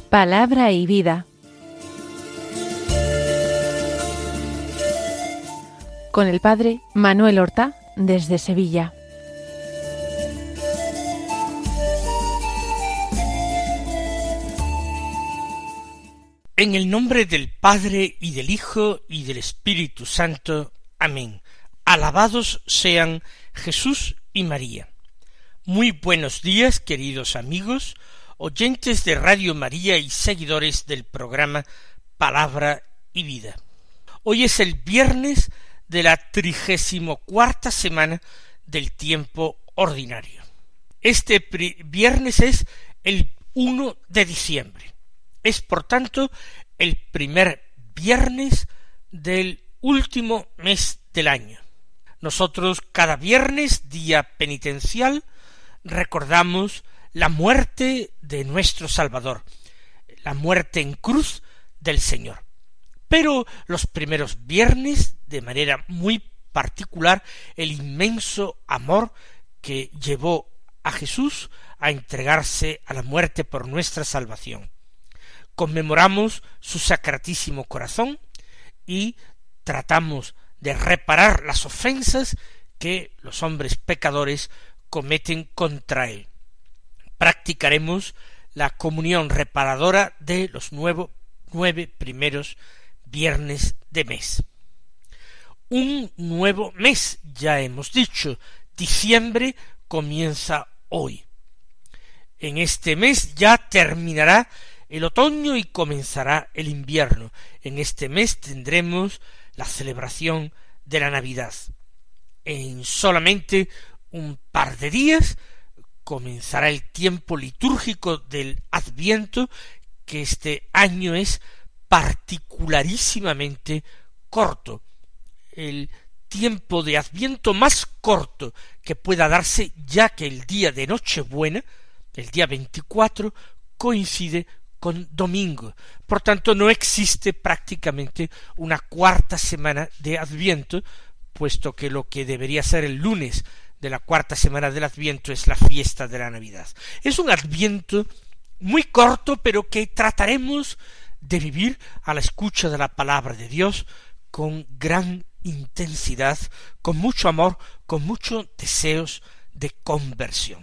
Palabra y vida. Con el padre Manuel Horta, desde Sevilla. En el nombre del Padre, y del Hijo, y del Espíritu Santo. Amén. Alabados sean Jesús y María. Muy buenos días, queridos amigos, oyentes de Radio María y seguidores del programa Palabra y Vida. Hoy es el viernes de la 34ª semana del tiempo ordinario. Este viernes es el 1 de diciembre. Es, por tanto, el primer viernes del último mes del año. Nosotros cada viernes, día penitencial, recordamos la muerte de nuestro Salvador, la muerte en cruz del Señor. Pero los primeros viernes, de manera muy particular, el inmenso amor que llevó a Jesús a entregarse a la muerte por nuestra salvación. Conmemoramos su sacratísimo corazón y tratamos de reparar las ofensas que los hombres pecadores cometen contra él. Practicaremos la comunión reparadora de los 9 primeros viernes de mes. Un nuevo mes, ya hemos dicho, diciembre comienza hoy. En este mes ya terminará el otoño y comenzará el invierno. En este mes tendremos la celebración de la Navidad. En solamente un par de días comenzará el tiempo litúrgico del Adviento, que este año es particularísimamente corto. El tiempo de Adviento más corto que pueda darse, ya que el día de Nochebuena, el día 24, coincide con domingo. Por tanto, no existe prácticamente una cuarta semana de Adviento, puesto que lo que debería ser el lunes de la cuarta semana del Adviento es la fiesta de la Navidad. Es un Adviento muy corto, pero que trataremos de vivir a la escucha de la palabra de Dios con gran intensidad, con mucho amor, con muchos deseos de conversión.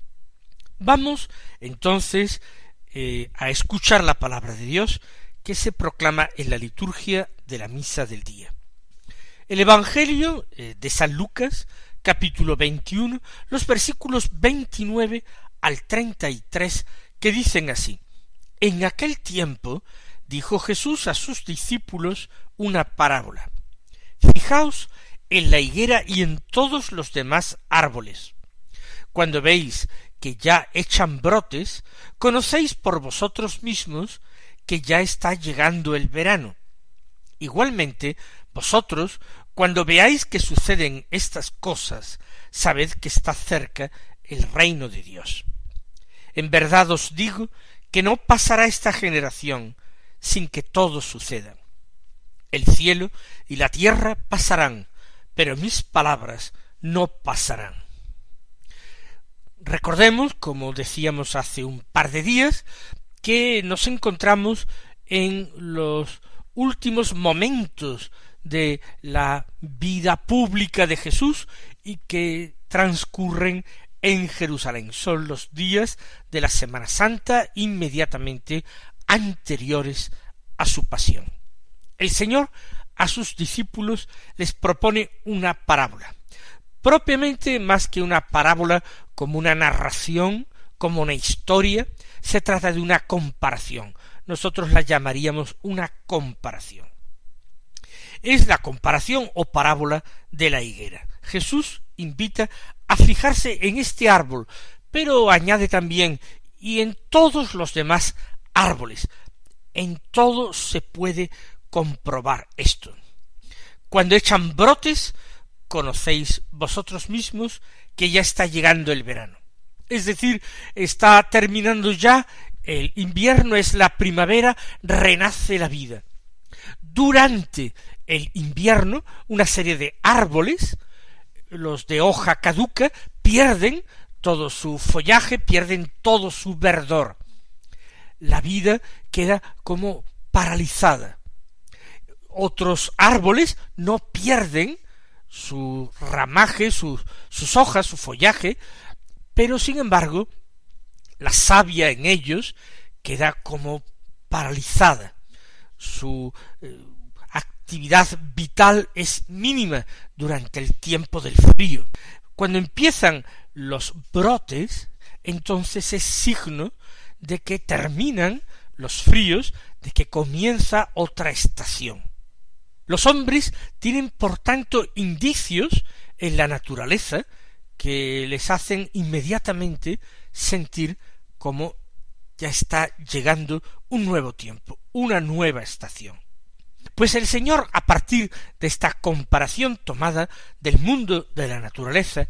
Vamos entonces a escuchar la palabra de Dios que se proclama en la liturgia de la misa del día. El Evangelio de San Lucas, capítulo 21, los versículos 29 al 33, que dicen así: En aquel tiempo dijo Jesús a sus discípulos una parábola. Fijaos en la higuera y en todos los demás árboles. Cuando veis que ya echan brotes, conocéis por vosotros mismos que ya está llegando el verano. Igualmente, vosotros, cuando veáis que suceden estas cosas, sabed que está cerca el reino de Dios. En verdad os digo que no pasará esta generación sin que todo suceda. El cielo y la tierra pasarán, pero mis palabras no pasarán. Recordemos, como decíamos hace un par de días, que nos encontramos en los últimos momentos de la vida pública de Jesús y que transcurren en Jerusalén. Son los días de la Semana Santa inmediatamente anteriores a su pasión. El Señor a sus discípulos les propone una parábola. Propiamente, más que una parábola, como una narración, como una historia, se trata de una comparación. Nosotros la llamaríamos una comparación. Es la comparación o parábola de la higuera. Jesús invita a fijarse en este árbol, pero añade también, y en todos los demás árboles. En todo se puede comprobar esto. Cuando echan brotes, conocéis vosotros mismos que ya está llegando el verano. Es decir, está terminando ya el invierno, es la primavera, renace la vida. Durante el invierno, una serie de árboles, los de hoja caduca, pierden todo su follaje, pierden todo su verdor. la vida queda como paralizada. Otros árboles no pierden su ramaje, sus hojas, su follaje, pero sin embargo la savia en ellos queda como paralizada. Su actividad vital es mínima durante el tiempo del frío. Cuando empiezan los brotes, entonces es signo de que terminan los fríos, de que comienza otra estación. Los hombres tienen, por tanto, indicios en la naturaleza que les hacen inmediatamente sentir como ya está llegando un nuevo tiempo, una nueva estación. Pues el Señor, a partir de esta comparación tomada del mundo de la naturaleza,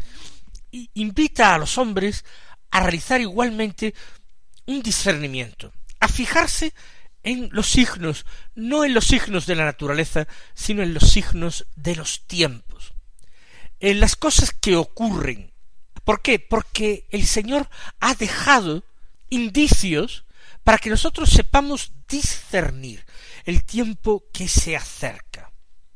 invita a los hombres a realizar igualmente un discernimiento, a fijarse en los signos, no en los signos de la naturaleza, sino en los signos de los tiempos, en las cosas que ocurren. ¿Por qué? Porque el Señor ha dejado indicios para que nosotros sepamos discernir el tiempo que se acerca.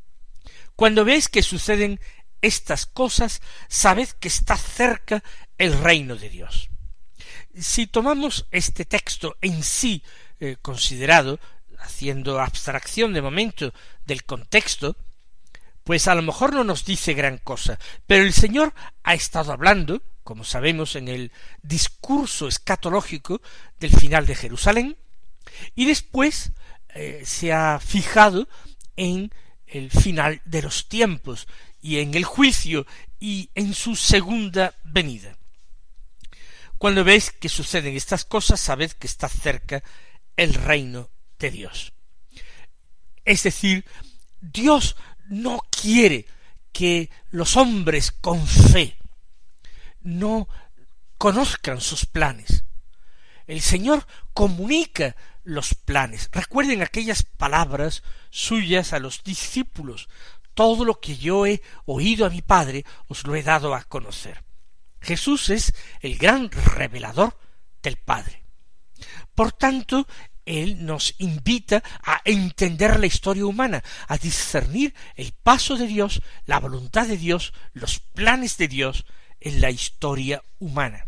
Cuando veis que suceden estas cosas, sabed que está cerca el reino de Dios. Si tomamos este texto en sí considerado, haciendo abstracción de momento del contexto, pues a lo mejor no nos dice gran cosa, pero el Señor ha estado hablando, como sabemos, en el discurso escatológico del final de Jerusalén, y después se ha fijado en el final de los tiempos, y en el juicio, y en su segunda venida. Cuando veis que suceden estas cosas, sabed que está cerca el reino de Dios. Es decir, Dios no quiere que los hombres con fe no conozcan sus planes. El Señor comunica los planes. Recuerden aquellas palabras suyas a los discípulos: todo lo que yo he oído a mi Padre os lo he dado a conocer. Jesús es el gran revelador del Padre. Por tanto, Él nos invita a entender la historia humana, a discernir el paso de Dios, la voluntad de Dios, los planes de Dios en la historia humana.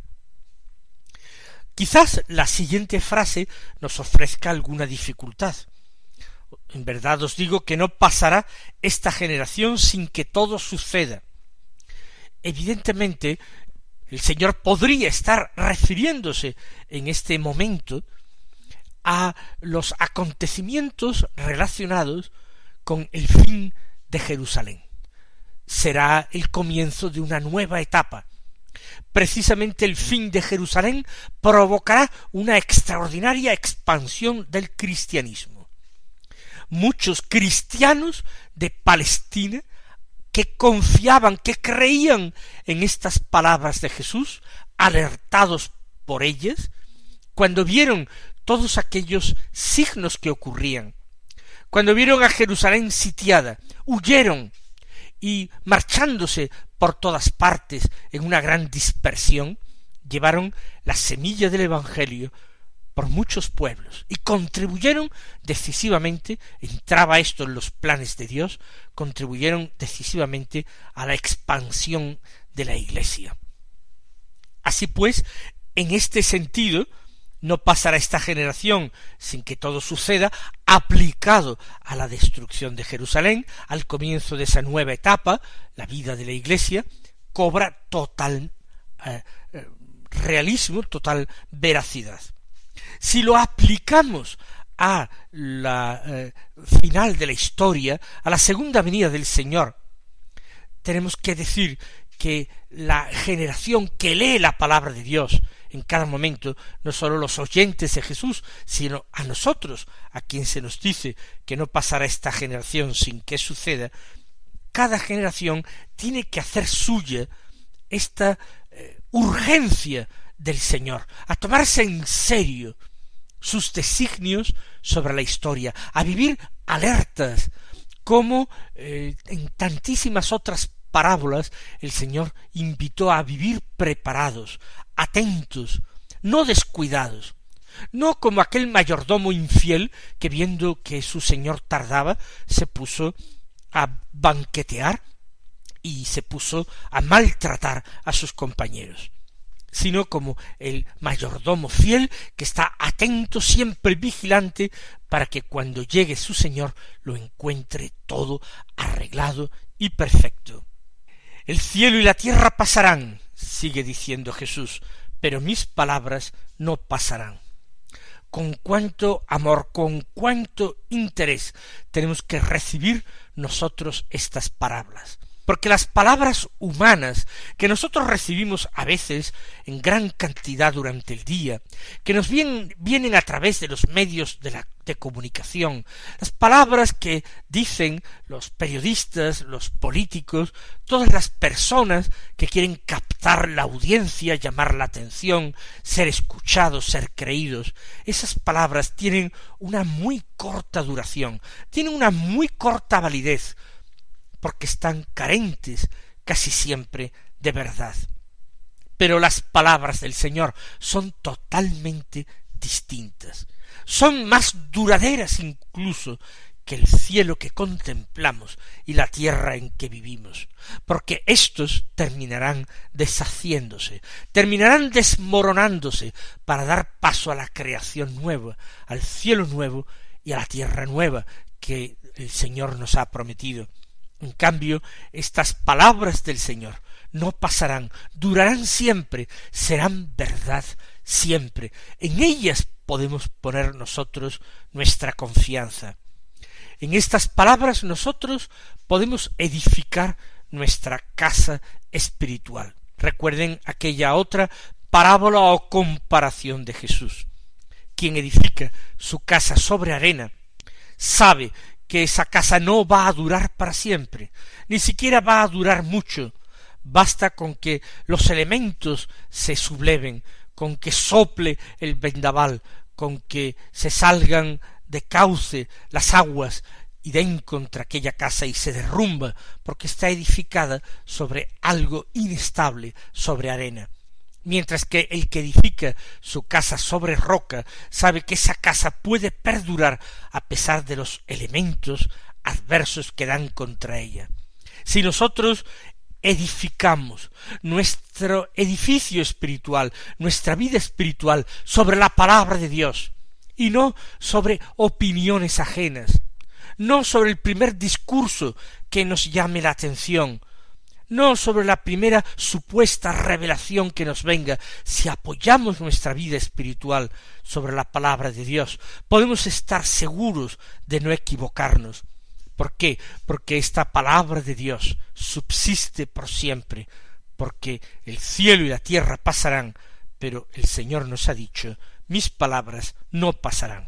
Quizás la siguiente frase nos ofrezca alguna dificultad. En verdad os digo que no pasará esta generación sin que todo suceda. Evidentemente, el Señor podría estar refiriéndose en este momento a los acontecimientos relacionados con el fin de Jerusalén. Será el comienzo de una nueva etapa. Precisamente el fin de Jerusalén provocará una extraordinaria expansión del cristianismo. Muchos cristianos de Palestina que confiaban, que creían en estas palabras de Jesús, alertados por ellas, cuando vieron todos aquellos signos que ocurrían, cuando vieron a Jerusalén sitiada, huyeron y, marchándose por todas partes en una gran dispersión, llevaron la semilla del Evangelio por muchos pueblos y contribuyeron decisivamente, entraba esto en los planes de Dios, contribuyeron decisivamente a la expansión de la Iglesia. Así pues, en este sentido, no pasará esta generación sin que todo suceda, aplicado a la destrucción de Jerusalén, al comienzo de esa nueva etapa. La vida de la Iglesia cobra total realismo, total veracidad. Si lo aplicamos a la final de la historia, a la segunda venida del Señor, tenemos que decir que la generación que lee la palabra de Dios en cada momento, no sólo los oyentes de Jesús, sino a nosotros, a quien se nos dice que no pasará esta generación sin que suceda, cada generación tiene que hacer suya esta urgencia del Señor, a tomarse en serio sus designios sobre la historia, a vivir alertas, como en tantísimas otras parábolas el Señor invitó a vivir preparados, atentos, no descuidados, no como aquel mayordomo infiel que, viendo que su señor tardaba, se puso a banquetear y se puso a maltratar a sus compañeros, sino como el mayordomo fiel que está atento, siempre vigilante, para que cuando llegue su señor lo encuentre todo arreglado y perfecto. El cielo y la tierra pasarán, sigue diciendo Jesús, pero mis palabras no pasarán. Con cuánto amor, con cuánto interés tenemos que recibir nosotros estas palabras. Porque las palabras humanas que nosotros recibimos a veces en gran cantidad durante el día, que nos vienen a través de los medios de comunicación, las palabras que dicen los periodistas, los políticos, todas las personas que quieren captar la audiencia, llamar la atención, ser escuchados, ser creídos, esas palabras tienen una muy corta duración, tienen una muy corta validez, porque están carentes casi siempre de verdad. Pero las palabras del Señor son totalmente distintas, son más duraderas incluso que el cielo que contemplamos y la tierra en que vivimos, porque éstos terminarán deshaciéndose, terminarán desmoronándose para dar paso a la creación nueva, al cielo nuevo y a la tierra nueva que el Señor nos ha prometido. En cambio, estas palabras del Señor no pasarán, durarán siempre, serán verdad siempre. En ellas podemos poner nosotros nuestra confianza. En estas palabras nosotros podemos edificar nuestra casa espiritual. Recuerden aquella otra parábola o comparación de Jesús. Quien edifica su casa sobre arena sabe que esa casa no va a durar para siempre, ni siquiera va a durar mucho. Basta con que los elementos se subleven, con que sople el vendaval, con que se salgan de cauce las aguas y den contra aquella casa y se derrumba, porque está edificada sobre algo inestable, sobre arena. Mientras que el que edifica su casa sobre roca sabe que esa casa puede perdurar a pesar de los elementos adversos que dan contra ella. Si nosotros edificamos nuestro edificio espiritual, nuestra vida espiritual sobre la palabra de Dios, y no sobre opiniones ajenas, no sobre el primer discurso que nos llame la atención, no sobre la primera supuesta revelación que nos venga, si apoyamos nuestra vida espiritual sobre la palabra de Dios, podemos estar seguros de no equivocarnos. ¿Por qué? Porque esta palabra de Dios subsiste por siempre, porque el cielo y la tierra pasarán, pero el Señor nos ha dicho, mis palabras no pasarán.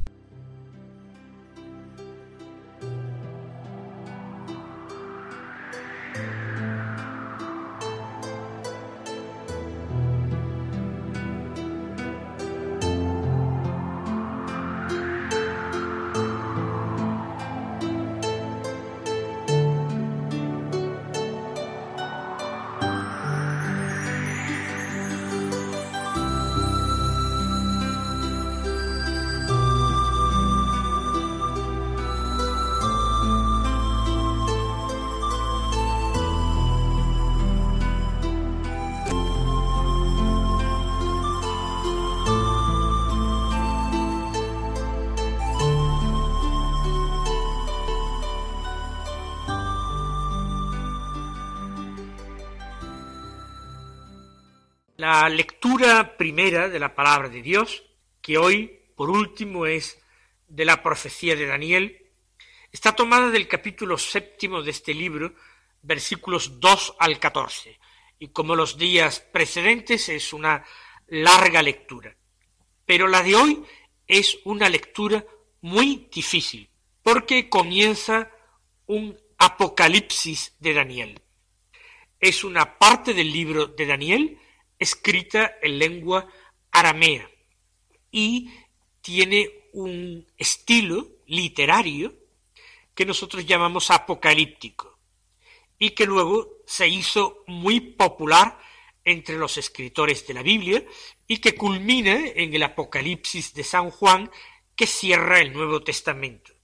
La lectura primera de la palabra de Dios, que hoy, por último, es de la profecía de Daniel, está tomada del capítulo 7 de este libro, versículos 2 al 14, y como los días precedentes es una larga lectura. Pero la de hoy es una lectura muy difícil, porque comienza un apocalipsis de Daniel. Es una parte del libro de Daniel escrita en lengua aramea y tiene un estilo literario que nosotros llamamos apocalíptico y que luego se hizo muy popular entre los escritores de la Biblia y que culmina en el Apocalipsis de San Juan, que cierra el Nuevo Testamento.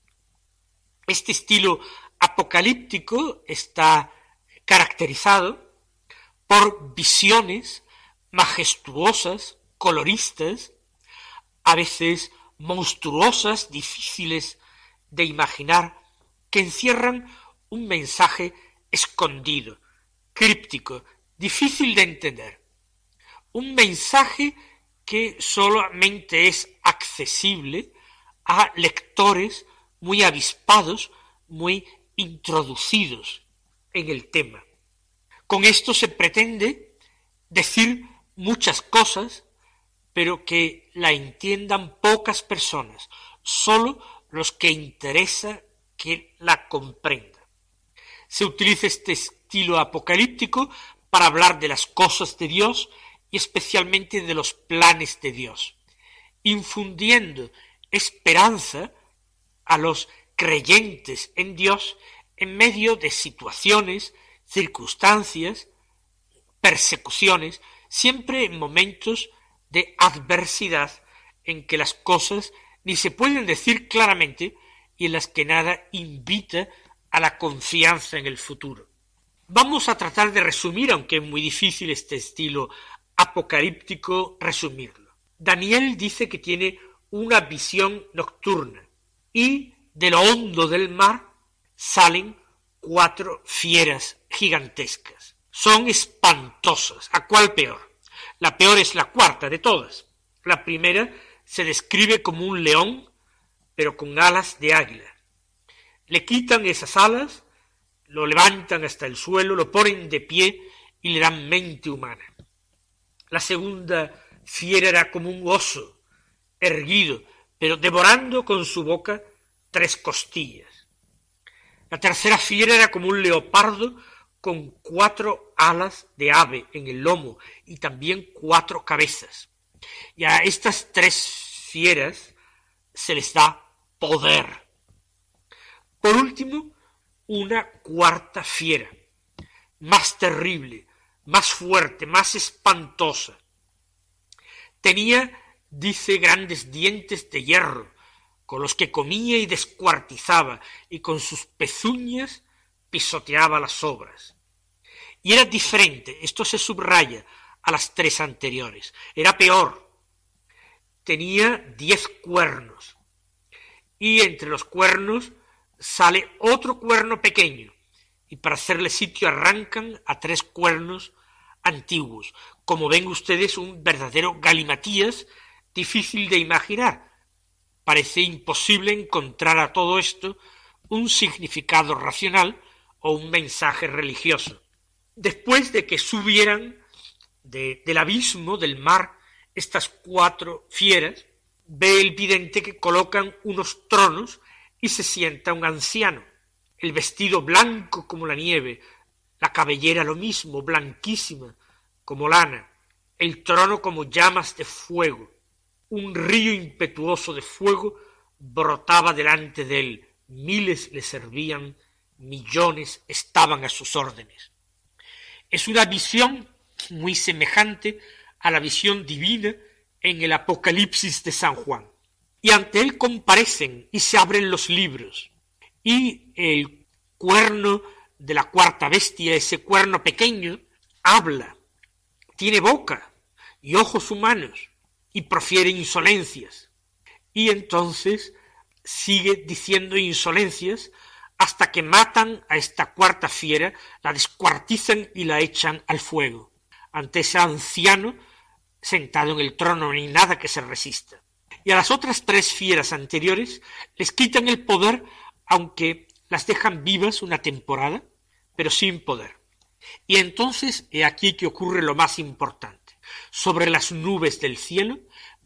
Este estilo apocalíptico está caracterizado por visiones majestuosas, coloristas, a veces monstruosas, difíciles de imaginar, que encierran un mensaje escondido, críptico, difícil de entender. Un mensaje que solamente es accesible a lectores muy avispados, muy introducidos en el tema. Con esto se pretende decir muchas cosas, pero que la entiendan pocas personas, sólo los que interesa que la comprendan. Se utiliza este estilo apocalíptico para hablar de las cosas de Dios y especialmente de los planes de Dios, infundiendo esperanza a los creyentes en Dios en medio de situaciones, circunstancias, persecuciones, siempre en momentos de adversidad en que las cosas ni se pueden decir claramente y en las que nada invita a la confianza en el futuro. Vamos a tratar de resumir, aunque es muy difícil este estilo apocalíptico resumirlo. Daniel dice que tiene una visión nocturna y de lo hondo del mar salen 4 fieras gigantescas. Son espantosas. ¿A cuál peor? La peor es la cuarta de todas. La primera se describe como un león, pero con alas de águila. Le quitan esas alas, lo levantan hasta el suelo, lo ponen de pie y le dan mente humana. La segunda fiera era como un oso, erguido, pero devorando con su boca 3 costillas. La tercera fiera era como un leopardo con 4 alas de ave en el lomo y también 4 cabezas. Y a estas 3 fieras se les da poder. Por último, una cuarta fiera, más terrible, más fuerte, más espantosa. Tenía, dice, grandes dientes de hierro, con los que comía y descuartizaba, y con sus pezuñas pisoteaba las obras. Y era diferente, esto se subraya, a las 3 anteriores. Era peor. Tenía 10 cuernos, y entre los cuernos sale otro cuerno pequeño, y para hacerle sitio arrancan a 3 cuernos antiguos. Como ven ustedes, un verdadero galimatías difícil de imaginar. Parece imposible encontrar a todo esto un significado racional o un mensaje religioso. Después de que subieran del abismo del mar estas 4 fieras, ve el vidente que colocan unos tronos y se sienta un anciano, el vestido blanco como la nieve, la cabellera lo mismo, blanquísima como lana, el trono como llamas de fuego. Un río impetuoso de fuego brotaba delante de él, miles le servían, millones estaban a sus órdenes. Es una visión muy semejante a la visión divina en el Apocalipsis de San Juan. Y ante él comparecen y se abren los libros. Y el cuerno de la cuarta bestia, ese cuerno pequeño, habla, tiene boca y ojos humanos y profiere insolencias. Y entonces sigue diciendo insolencias hasta que matan a esta cuarta fiera, la descuartizan y la echan al fuego. Ante ese anciano sentado en el trono no hay nada que se resista. Y a las otras 3 fieras anteriores les quitan el poder, aunque las dejan vivas una temporada, pero sin poder. Y entonces he aquí que ocurre lo más importante. Sobre las nubes del cielo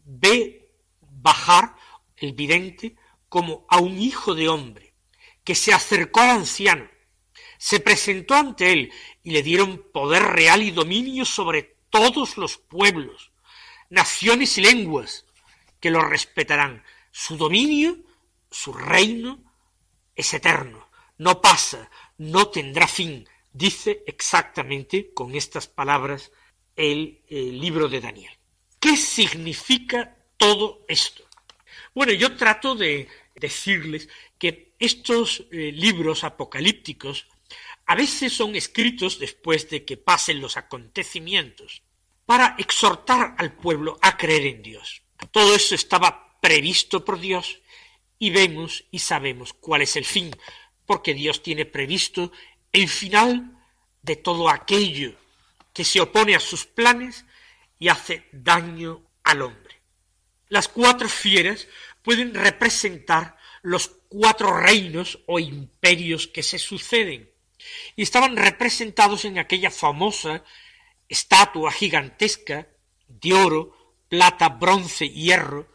ve bajar el vidente como a un hijo de hombre, que se acercó al anciano, se presentó ante él y le dieron poder real y dominio sobre todos los pueblos, naciones y lenguas, que lo respetarán. Su dominio, su reino, es eterno, no pasa, no tendrá fin. Dice exactamente con estas palabras el libro de Daniel. ¿Qué significa todo esto? Bueno, yo trato de decirles que estos libros apocalípticos a veces son escritos después de que pasen los acontecimientos para exhortar al pueblo a creer en Dios. Todo eso estaba previsto por Dios y vemos y sabemos cuál es el fin, porque Dios tiene previsto el final de todo aquello que se opone a sus planes y hace daño al hombre. Las 4 fieras pueden representar los 4 reinos o imperios que se suceden, y estaban representados en aquella famosa estatua gigantesca de oro, plata, bronce, hierro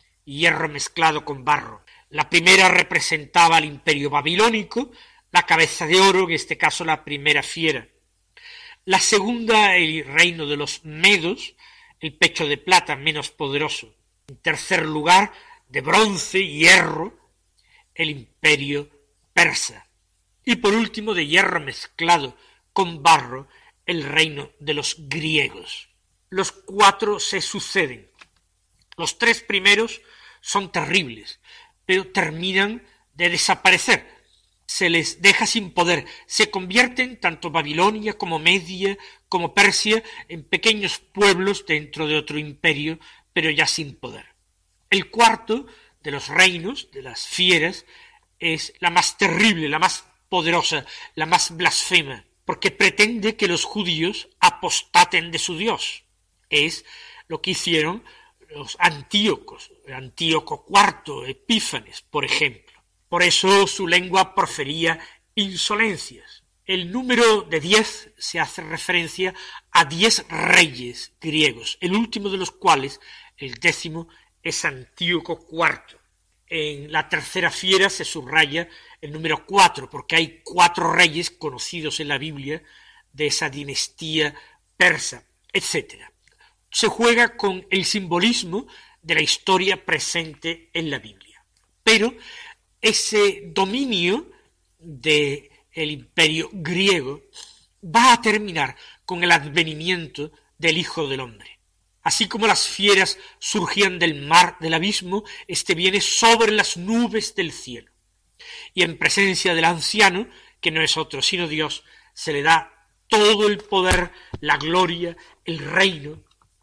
mezclado con barro. La primera representaba al imperio babilónico, la cabeza de oro, en este caso la primera fiera. La segunda, el reino de los medos, el pecho de plata menos poderoso. En tercer lugar, de bronce y hierro, el imperio persa. Y por último, de hierro mezclado con barro, el reino de los griegos. Los 4 se suceden. Los 3 primeros son terribles, pero terminan de desaparecer. Se les deja sin poder. Se convierten tanto Babilonia como Media como Persia en pequeños pueblos dentro de otro imperio, pero ya sin poder. El cuarto de los reinos, de las fieras, es la más terrible, la más poderosa, la más blasfema, porque pretende que los judíos apostaten de su Dios. Es lo que hicieron los Antíocos, Antíoco IV, Epífanes, por ejemplo. Por eso su lengua profería insolencias. El número de 10 se hace referencia a 10 reyes griegos, el último de los cuales, el 10º, es Antíoco IV. En la tercera fiera se subraya el número 4, porque hay 4 reyes conocidos en la Biblia de esa dinastía persa, etc. Se juega con el simbolismo de la historia presente en la Biblia. Pero ese dominio del imperio griego va a terminar con el advenimiento del Hijo del Hombre. Así como las fieras surgían del mar, del abismo, éste viene sobre las nubes del cielo. Y en presencia del anciano, que no es otro sino Dios, se le da todo el poder, la gloria, el reino.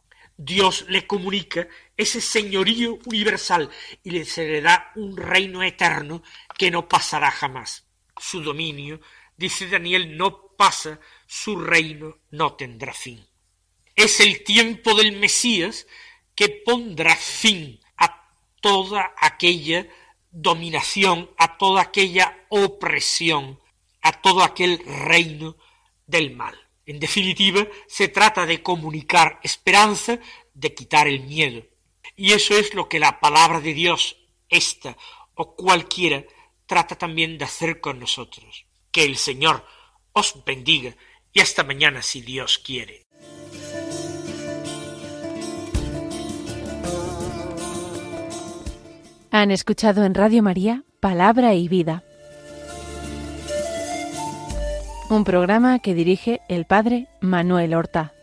Dios le comunica ese señorío universal y se le da un reino eterno que no pasará jamás. Su dominio, dice Daniel, no pasa, su reino no tendrá fin. Es el tiempo del Mesías que pondrá fin a toda aquella dominación, a toda aquella opresión, a todo aquel reino del mal. En definitiva, se trata de comunicar esperanza, de quitar el miedo. Y eso es lo que la palabra de Dios, esta o cualquiera, trata también de hacer con nosotros. Que el Señor os bendiga y hasta mañana si Dios quiere. Han escuchado en Radio María Palabra y Vida, un programa que dirige el Padre Manuel Horta.